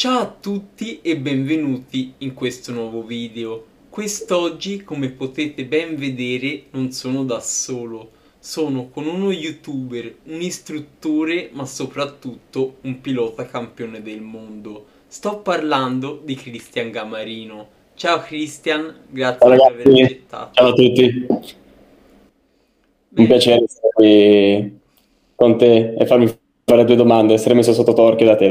Ciao a tutti e benvenuti in questo nuovo video. Quest'oggi, come potete ben vedere, non sono da solo. Sono con uno youtuber, un istruttore, ma soprattutto un pilota campione del mondo. Sto parlando di Cristian Gamarino. Ciao Cristian, Ciao grazie per aver ragazzi, ciao a accettato. tutti, un Bene. piacere stare qui con te e farmi fare due domande, essere messo sotto torchio da te,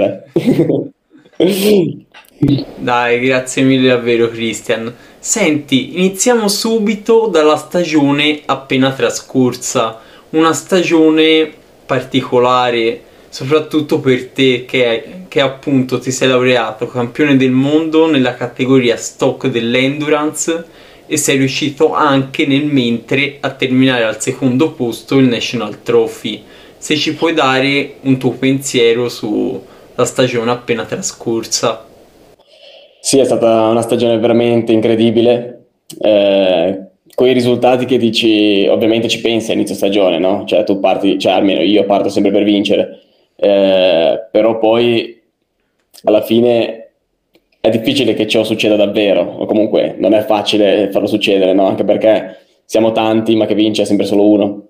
dai. Dai, grazie mille davvero Christian. Senti, iniziamo subito dalla stagione appena trascorsa, una stagione particolare, soprattutto per te che appunto ti sei laureato campione del mondo nella categoria stock dell'endurance e sei riuscito anche nel mentre a terminare al secondo posto il National Trophy. Se ci puoi dare un tuo pensiero sulla stagione appena trascorsa. Sì, è stata una stagione veramente incredibile, con i risultati che dici, ovviamente ci pensi a inizio stagione, no? Cioè tu parti, cioè almeno io parto sempre per vincere, però poi alla fine è difficile che ciò succeda davvero, o comunque non è facile farlo succedere, no? Anche perché siamo tanti, ma che vince è sempre solo uno.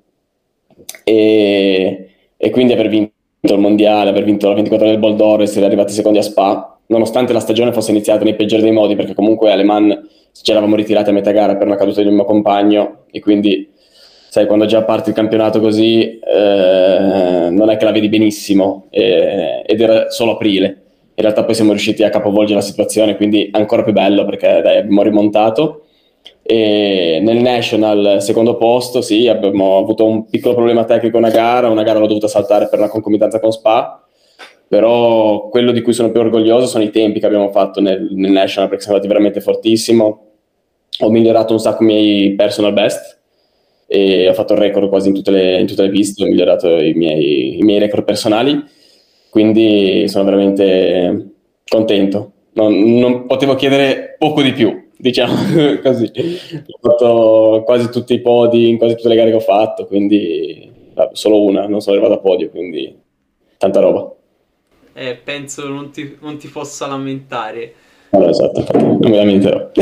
E quindi aver vinto il mondiale, aver vinto la 24 ore del Bol d'Oro, essere arrivati secondi a Spa, nonostante la stagione fosse iniziata nei peggiori dei modi, perché comunque alle Man ci eravamo ritirati a metà gara per una caduta di un mio compagno, e quindi sai, quando già parti il campionato così, non è che la vedi benissimo, ed era solo aprile. In realtà poi siamo riusciti a capovolgere la situazione, quindi ancora più bello perché dai, abbiamo rimontato. E nel National, secondo posto, sì, abbiamo avuto un piccolo problema tecnico una gara l'ho dovuta saltare per una concomitanza con Spa, però quello di cui sono più orgoglioso sono i tempi che abbiamo fatto nel National, perché siamo andati veramente fortissimo. Ho migliorato un sacco i miei personal best e ho fatto il record quasi in tutte le piste, ho migliorato i miei record personali, quindi sono veramente contento. Non potevo chiedere poco di più, diciamo così. Ho fatto quasi tutti i podi in quasi tutte le gare che ho fatto, quindi vabbè, solo una, non sono arrivato a podio, quindi tanta roba. Penso non ti possa lamentare. Allora, esatto, infatti, non mi lamenterò.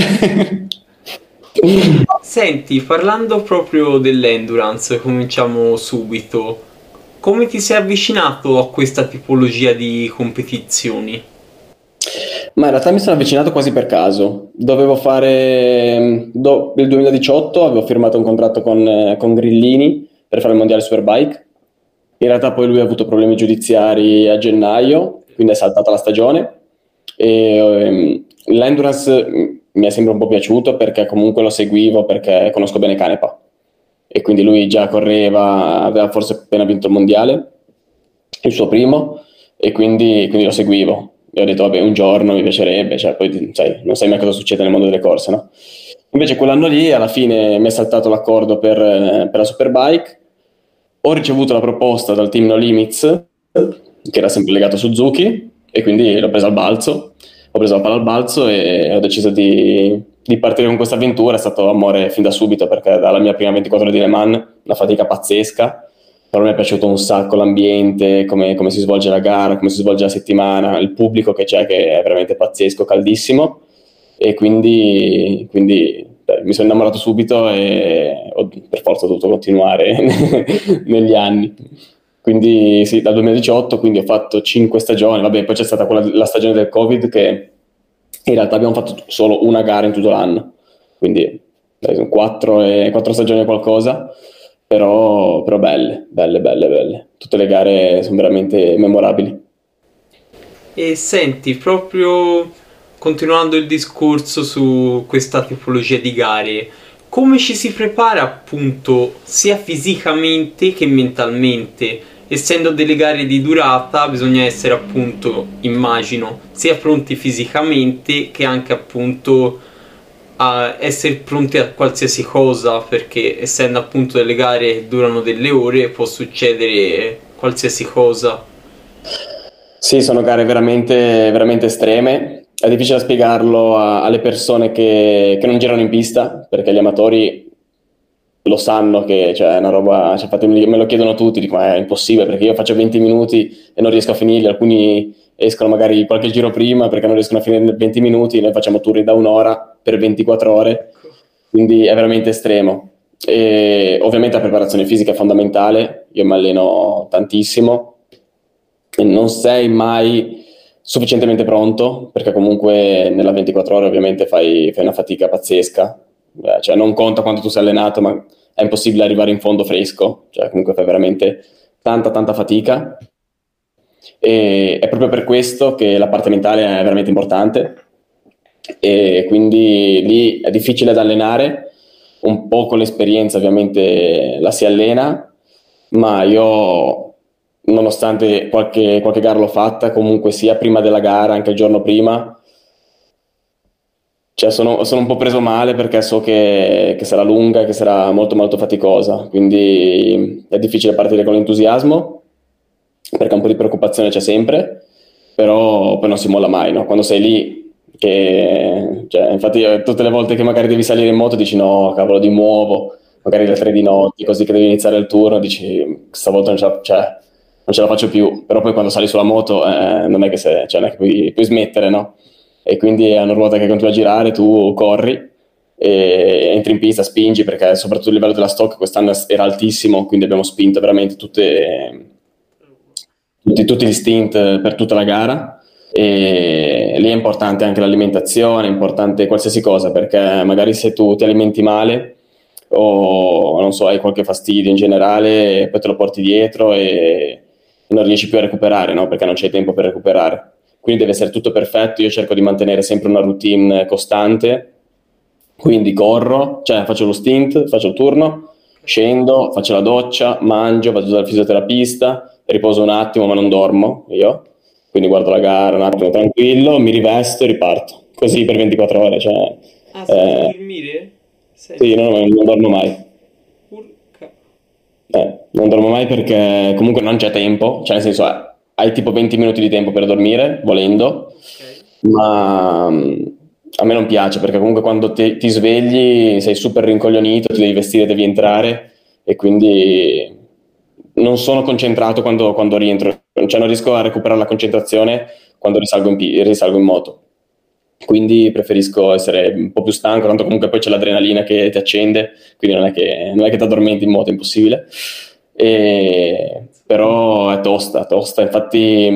Senti, parlando proprio dell'endurance, cominciamo subito. Come ti sei avvicinato a questa tipologia di competizioni? Ma in realtà mi sono avvicinato quasi per caso. Dovevo fare, nel 2018 avevo firmato un contratto con Grillini per fare il mondiale Superbike. In realtà poi lui ha avuto problemi giudiziari a gennaio, quindi è saltata la stagione. E l'endurance mi è sempre un po' piaciuto perché comunque lo seguivo, perché conosco bene Canepa. E quindi lui già correva, aveva forse appena vinto il mondiale, il suo primo, e quindi lo seguivo. E ho detto, vabbè, un giorno mi piacerebbe, cioè poi sai, non sai mai cosa succede nel mondo delle corse, no? Invece quell'anno lì alla fine mi è saltato l'accordo per la Superbike, ho ricevuto la proposta dal team No Limits, che era sempre legato a Suzuki, e quindi l'ho presa al balzo, ho preso la palla al balzo e ho deciso di partire con questa avventura. È stato amore fin da subito, perché dalla mia prima 24 ore di Le Mans, una fatica pazzesca, però mi è piaciuto un sacco l'ambiente, come si svolge la gara, come si svolge la settimana, il pubblico che c'è, che è veramente pazzesco, caldissimo, e quindi beh, mi sono innamorato subito e per forza ho dovuto continuare negli anni. Quindi sì, dal 2018, quindi ho fatto 5 stagioni, vabbè, poi c'è stata la stagione del Covid, che in realtà abbiamo fatto solo una gara in tutto l'anno, quindi dai, sono 4 stagioni e qualcosa, però belle, belle, belle, belle. Tutte le gare sono veramente memorabili. E senti, proprio continuando il discorso su questa tipologia di gare, come ci si prepara appunto sia fisicamente che mentalmente? Essendo delle gare di durata, bisogna essere appunto, immagino, sia pronti fisicamente che anche appunto a essere pronti a qualsiasi cosa, perché essendo appunto delle gare che durano delle ore, può succedere qualsiasi cosa. Sì, sono gare veramente, veramente estreme. È difficile spiegarlo alle persone che non girano in pista, perché gli amatori lo sanno che cioè, è una roba, cioè, infatti me lo chiedono tutti, dico, ma è impossibile perché io faccio 20 minuti e non riesco a finirli, alcuni escono magari qualche giro prima perché non riescono a finire in 20 minuti, noi facciamo turni da un'ora per 24 ore, quindi è veramente estremo. E ovviamente la preparazione fisica è fondamentale, io mi alleno tantissimo e non sei mai sufficientemente pronto perché comunque nella 24 ore ovviamente fai una fatica pazzesca. Cioè non conta quanto tu sei allenato, ma è impossibile arrivare in fondo fresco, cioè comunque fai veramente tanta fatica e è proprio per questo che la parte mentale è veramente importante e quindi lì è difficile da allenare, un po' con l'esperienza ovviamente la si allena, ma io nonostante qualche gara l'ho fatta, comunque sia prima della gara, anche il giorno prima, cioè sono un po' preso male perché so che sarà lunga e che sarà molto faticosa, quindi è difficile partire con l'entusiasmo perché un po' di preoccupazione c'è sempre, però poi non si molla mai, no? Quando sei lì, cioè, infatti tutte le volte che magari devi salire in moto dici no, cavolo, di nuovo, magari alle 3 di notte, così che devi iniziare il turno, dici stavolta non ce la faccio più, però poi quando sali sulla moto non è che, cioè, non è che puoi smettere, no? E quindi è una ruota che continua a girare, tu corri e entri in pista, spingi perché soprattutto il livello della stock quest'anno era altissimo, quindi abbiamo spinto veramente tutti gli stint per tutta la gara e lì è importante anche l'alimentazione, è importante qualsiasi cosa perché magari se tu ti alimenti male o non so, hai qualche fastidio in generale, poi te lo porti dietro e non riesci più a recuperare, no? Perché non c'hai tempo per recuperare. Quindi deve essere tutto perfetto, io cerco di mantenere sempre una routine costante, quindi corro, cioè faccio lo stint, faccio il turno, scendo, faccio la doccia, mangio, vado dal fisioterapista, riposo un attimo ma non dormo io, quindi guardo la gara un attimo tranquillo, mi rivesto e riparto, così per 24 ore, cioè, Ah, senza dormire? sì, non dormo mai. Urca. Non dormo mai perché comunque non c'è tempo, cioè nel senso hai tipo 20 minuti di tempo per dormire, volendo, Ok. ma a me non piace perché comunque quando ti svegli sei super rincoglionito, ti devi vestire, devi entrare e quindi non sono concentrato quando rientro, cioè non riesco a recuperare la concentrazione quando risalgo in moto. Quindi preferisco essere un po' più stanco, tanto comunque poi c'è l'adrenalina che ti accende, quindi non è che ti addormenti in moto, è impossibile. Però è tosta, infatti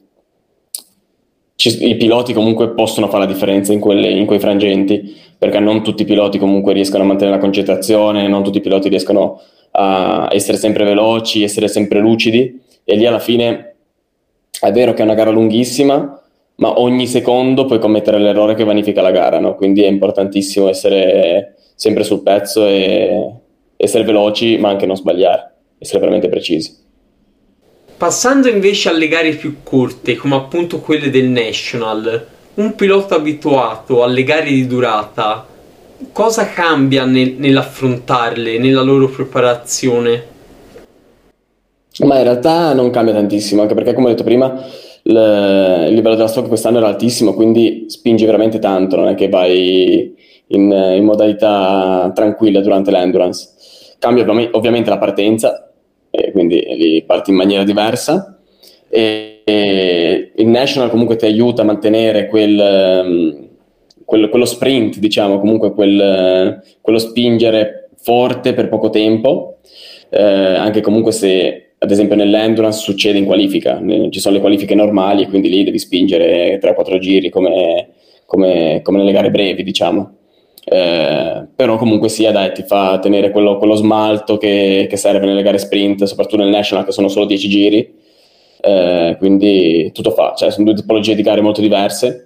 i piloti comunque possono fare la differenza in quei frangenti, perché non tutti i piloti comunque riescono a mantenere la concentrazione, non tutti i piloti riescono a essere sempre veloci, essere sempre lucidi, e lì alla fine è vero che è una gara lunghissima, ma ogni secondo puoi commettere l'errore che vanifica la gara, no? Quindi è importantissimo essere sempre sul pezzo e essere veloci, ma anche non sbagliare, essere veramente precisi. Passando invece alle gare più corte, come appunto quelle del National, un pilota abituato alle gare di durata, cosa cambia nell'affrontarle, nella loro preparazione? Ma in realtà non cambia tantissimo, anche perché come ho detto prima, il livello della stock quest'anno era altissimo, quindi spingi veramente tanto, non è che vai in modalità tranquilla durante l'endurance. Cambia ovviamente la partenza, e quindi lì parti in maniera diversa, e il National comunque ti aiuta a mantenere quello sprint, diciamo, comunque quello spingere forte per poco tempo, anche comunque se ad esempio nell'endurance succede in qualifica, ci sono le qualifiche normali, quindi lì devi spingere 3-4 giri come nelle gare brevi, diciamo. Però comunque sia, dai, ti fa tenere quello smalto che serve nelle gare sprint, soprattutto nel National che sono solo 10 giri, quindi tutto fa, cioè sono due tipologie di gare molto diverse,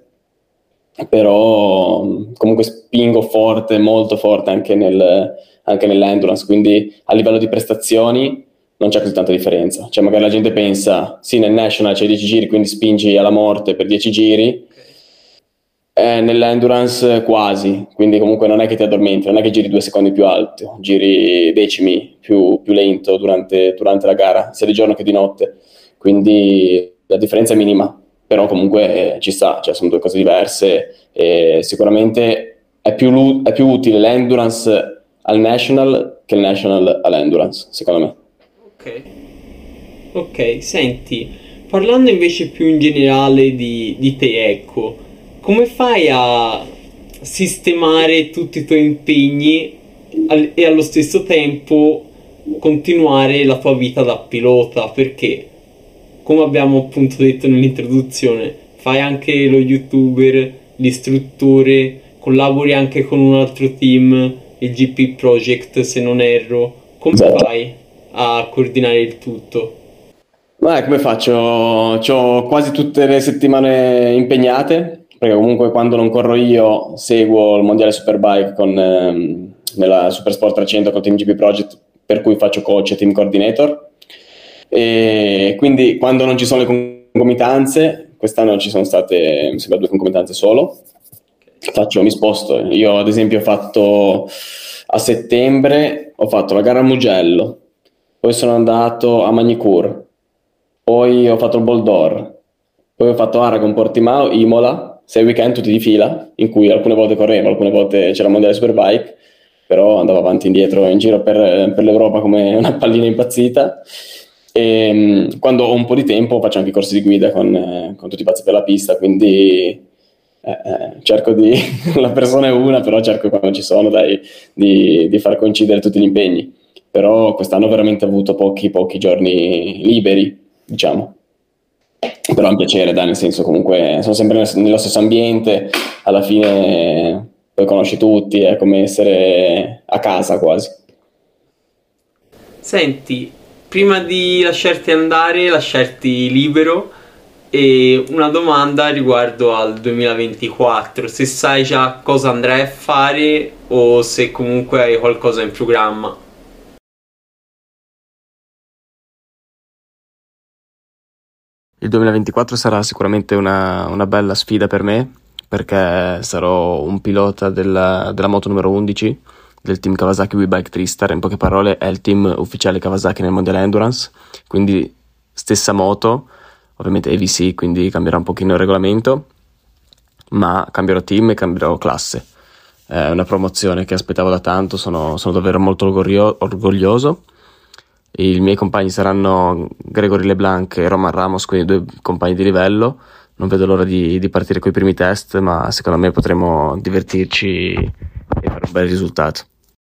però comunque spingo forte, molto forte anche nell'endurance, quindi a livello di prestazioni non c'è così tanta differenza, cioè magari la gente pensa sì, nel National c'è 10 giri quindi spingi alla morte per 10 giri, nell'endurance quasi, quindi comunque non è che ti addormenti, non è che giri 2 secondi più alto, giri decimi più lento durante la gara, sia di giorno che di notte, quindi la differenza è minima, però comunque ci sta, cioè sono due cose diverse e sicuramente è più utile l'endurance al national che il national all'endurance, secondo me. Ok. Ok, senti, parlando invece più in generale di te, ecco, come fai a sistemare tutti i tuoi impegni e allo stesso tempo continuare la tua vita da pilota? Perché, come abbiamo appunto detto nell'introduzione, fai anche lo youtuber, l'istruttore, collabori anche con un altro team, il GP Project se non erro. Come Esatto. fai a coordinare il tutto? Ma come faccio? C'ho quasi tutte le settimane impegnate, perché comunque quando non corro io seguo il Mondiale Superbike nella Supersport 300 col Team GP Project, per cui faccio coach e team coordinator. E quindi quando non ci sono le concomitanze, quest'anno ci sono state, mi sembra, 2 concomitanze solo, mi sposto. Io ad esempio ho fatto a settembre, ho fatto la gara a Mugello, poi sono andato a Magny-Cours, poi ho fatto il Bol d'Or, poi ho fatto Aragon, Portimao, Imola, 6 weekend tutti di fila, in cui alcune volte correvo, alcune volte c'era il Mondiale Superbike, però andavo avanti e indietro in giro per l'Europa come una pallina impazzita. E quando ho un po' di tempo faccio anche i corsi di guida con tutti i pazzi per la pista, quindi cerco di, la persona è una, però cerco quando ci sono di far coincidere tutti gli impegni. Però quest'anno ho veramente avuto pochi giorni liberi, diciamo. Però è un piacere, dai, nel senso comunque sono sempre nello stesso ambiente, alla fine poi conosci tutti, è come essere a casa quasi. Senti, prima di lasciarti andare, lasciarti libero, e una domanda riguardo al 2024, se sai già cosa andrai a fare o se comunque hai qualcosa in programma. Il 2024 sarà sicuramente una bella sfida per me, perché sarò un pilota della moto numero 11 del team Kawasaki WeBike Tristar. In poche parole è il team ufficiale Kawasaki nel mondiale Endurance, quindi stessa moto, ovviamente AVC, quindi cambierà un pochino il regolamento, ma cambierò team e cambierò classe. È una promozione che aspettavo da tanto, sono davvero molto orgoglioso. I miei compagni saranno Gregory Leblanc e Roman Ramos, quindi 2 compagni di livello. Non vedo l'ora di partire con i primi test, ma secondo me potremo divertirci e fare un bel risultato.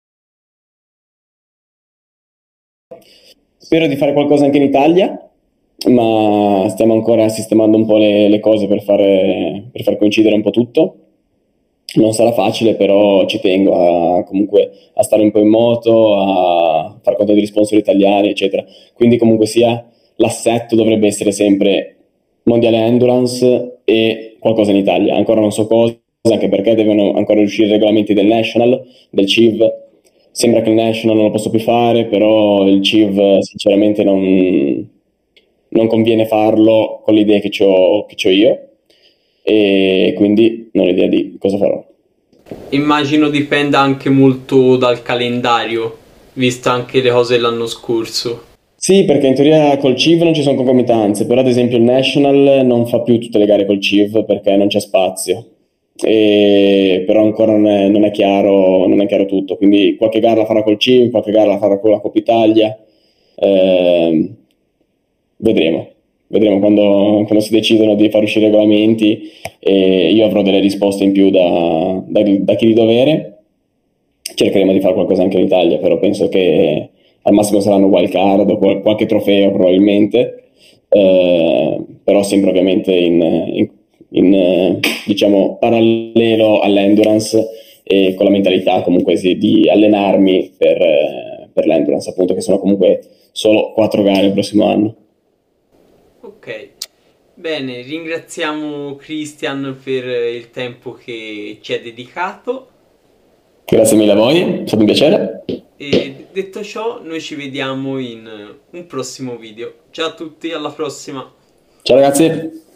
Spero di fare qualcosa anche in Italia, ma stiamo ancora sistemando un po' le cose per far coincidere un po' tutto. Non sarà facile, però ci tengo comunque a stare un po' in moto, a far conto degli sponsor italiani, eccetera. Quindi comunque sia, l'assetto dovrebbe essere sempre Mondiale Endurance e qualcosa in Italia. Ancora non so cosa, anche perché devono ancora uscire i regolamenti del National, del CIV. Sembra che il National non lo posso più fare, però il CIV sinceramente non conviene farlo con le idee che c'ho io, e quindi non ho idea di cosa farò. Immagino dipenda anche molto dal calendario, vista anche le cose dell'anno scorso. Sì, perché in teoria col CIV non ci sono concomitanze, però ad esempio il National non fa più tutte le gare col CIV perché non c'è spazio. Però ancora non è chiaro tutto, quindi qualche gara la farà col CIV, qualche gara la farà con la Coppa Italia. Eh, vedremo, vedremo quando si decidono di far uscire i regolamenti, e io avrò delle risposte in più da chi di dovere. Cercheremo di fare qualcosa anche in Italia, però penso che al massimo saranno wild card o qualche trofeo probabilmente, però sempre ovviamente diciamo parallelo all'endurance, e con la mentalità comunque di allenarmi per l'endurance, appunto, che sono comunque solo 4 gare il prossimo anno. Ok, bene, ringraziamo Christian per il tempo che ci ha dedicato. Grazie mille a voi, è stato un piacere. E detto ciò, noi ci vediamo in un prossimo video. Ciao a tutti, alla prossima! Ciao ragazzi.